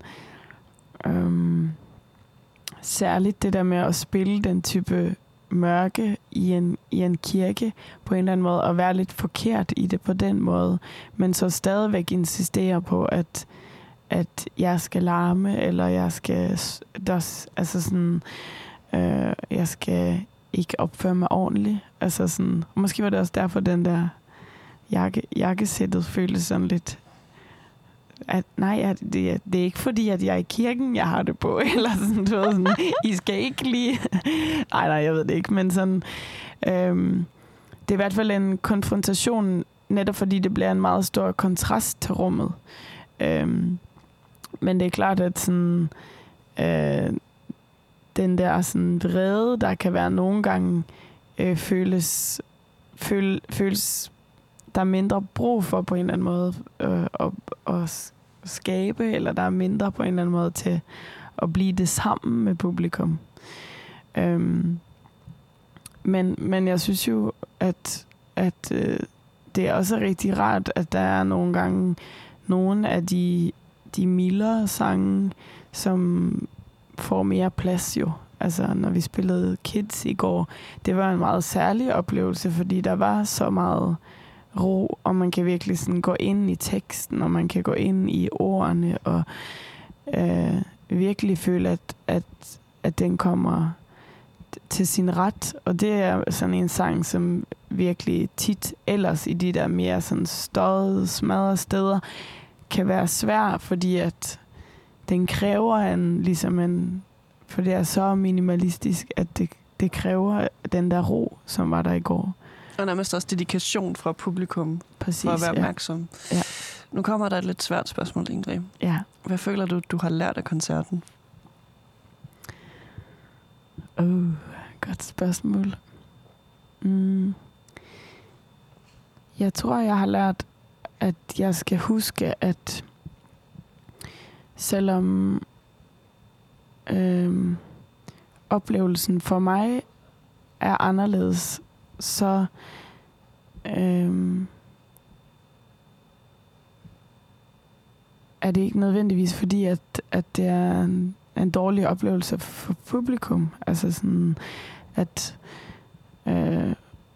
øhm, særligt det der med at spille den type mørke i en, i en kirke på en eller anden måde, og være lidt forkert i det på den måde, men så stadigvæk insistere på, at at jeg skal larme, eller jeg skal der, altså sådan, øh, jeg skal ikke opføre mig ordentligt. Altså sådan, og måske var det også derfor, den der jakke, jakkesættet føltes sådan lidt, at nej, at det, det er ikke fordi, at jeg er i kirken, jeg har det på, eller sådan, du ved, sådan, I skal ikke lige, nej, nej, jeg ved det ikke, men sådan, øh, det er i hvert fald en konfrontation, netop fordi det bliver en meget stor kontrast til rummet. Øh, Men det er klart, at sådan, øh, den der sådan vrede, der kan være nogle gange, øh, føles, føl, føles der er mindre brug for på en eller anden måde øh, at, at skabe, eller der er mindre på en eller anden måde til at blive det sammen med publikum. Øhm, men, men jeg synes jo, at, at øh, det er også rigtig rart, at der er nogle gange nogle af de, de mildere sange, som får mere plads jo. Altså, når vi spillede Kids i går, det var en meget særlig oplevelse, fordi der var så meget ro, og man kan virkelig sådan gå ind i teksten, og man kan gå ind i ordene, og øh, virkelig føle, at, at, at den kommer til sin ret. Og det er sådan en sang, som virkelig tit ellers i de der mere sådan støjede, smadrede steder, kan være svær, fordi at den kræver en, ligesom en, for det er så minimalistisk, at det, det kræver den der ro, som var der i går. Og nærmest også dedikation fra publikum. Præcis, for at være ja. opmærksom. Ja. Nu kommer der et lidt svært spørgsmål, Ingrid. Ja. Hvad føler du, du har lært af koncerten? Uh, godt spørgsmål. Mm. Jeg tror, jeg har lært, at jeg skal huske, at selvom øhm, oplevelsen for mig er anderledes, så øhm, er det ikke nødvendigvis fordi, at, at det er en, en dårlig oplevelse for publikum. Altså sådan, at øh,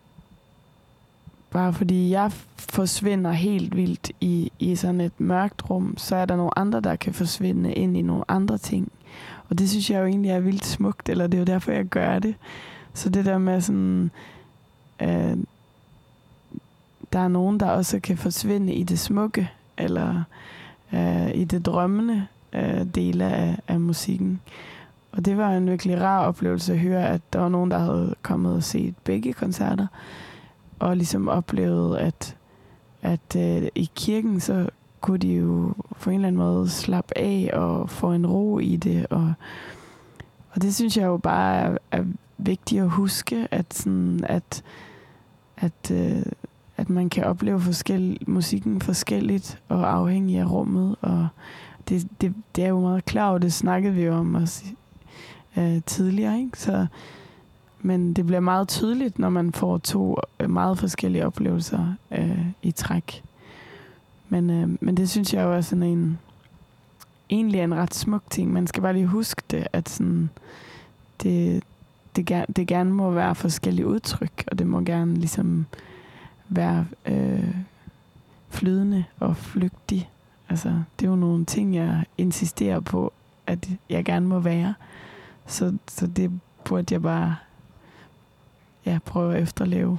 bare fordi jeg forsvinder helt vildt i, i sådan et mørkt rum, så er der nogle andre, der kan forsvinde ind i nogle andre ting. Og det synes jeg jo egentlig er vildt smukt, eller det er jo derfor, jeg gør det. Så det der med sådan, øh, der er nogen, der også kan forsvinde i det smukke, eller øh, i det drømmende øh, dele af, af musikken. Og det var en virkelig rar oplevelse at høre, at der var nogen, der havde kommet og set begge koncerter, og ligesom oplevet, at, at øh, i kirken, så kunne de jo på en eller anden måde slappe af og få en ro i det. Og, og det synes jeg jo bare er, er vigtigt at huske, at, sådan, at, at, øh, at man kan opleve forskel, musikken forskelligt og afhængig af rummet. Og det, det, det er jo meget klart, og det snakkede vi jo om også øh, tidligere, ikke? Så men det bliver meget tydeligt, når man får to meget forskellige oplevelser øh, i træk. Men, øh, men det synes jeg jo er sådan en, egentlig en ret smuk ting. Man skal bare lige huske det, at sådan, det, det, ger, det gerne må være forskellige udtryk, og det må gerne ligesom være øh, flydende og flygtig. Altså, det er jo nogle ting, jeg insisterer på, at jeg gerne må være. Så, så det burde jeg bare ja, prøve at efterleve.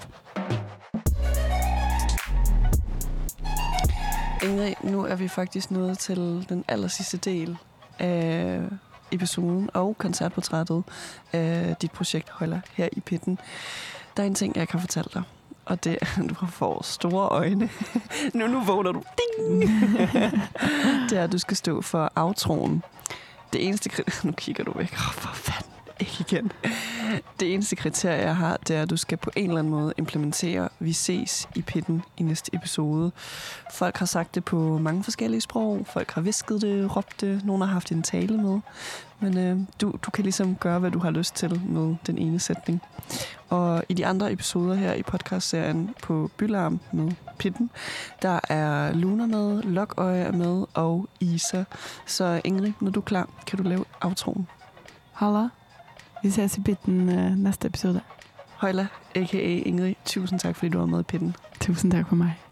Ingrid, nu er vi faktisk nået til den aller sidste del af episoden og koncertportrættet af dit projekt Højla her i Pitten. Der er en ting, jeg kan fortælle dig, og det er, at du får store øjne. nu, nu vågner du. Ding! Det er, at du skal stå for outroen. Det eneste... Nu kigger du væk. Oh, for fanden. Ikke igen. Det eneste kriterie, jeg har, det er, at du skal på en eller anden måde implementere Vi ses i Pitten i næste episode. Folk har sagt det på mange forskellige sprog. Folk har visket det, råbt det. Nogen har haft en tale med. Men øh, du, du kan ligesom gøre, hvad du har lyst til med den ene sætning. Og i de andre episoder her i podcastserien på Bylarm med Pitten, der er Luna med, Lokøje er med og Isa. Så Ingrid, når du er klar, kan du lave outroen. Halla. Vi ses i Pitten øh, næste episode. Højla, a k a. Ingrid, tusind tak, fordi du var med i Pitten. Tusind tak for mig.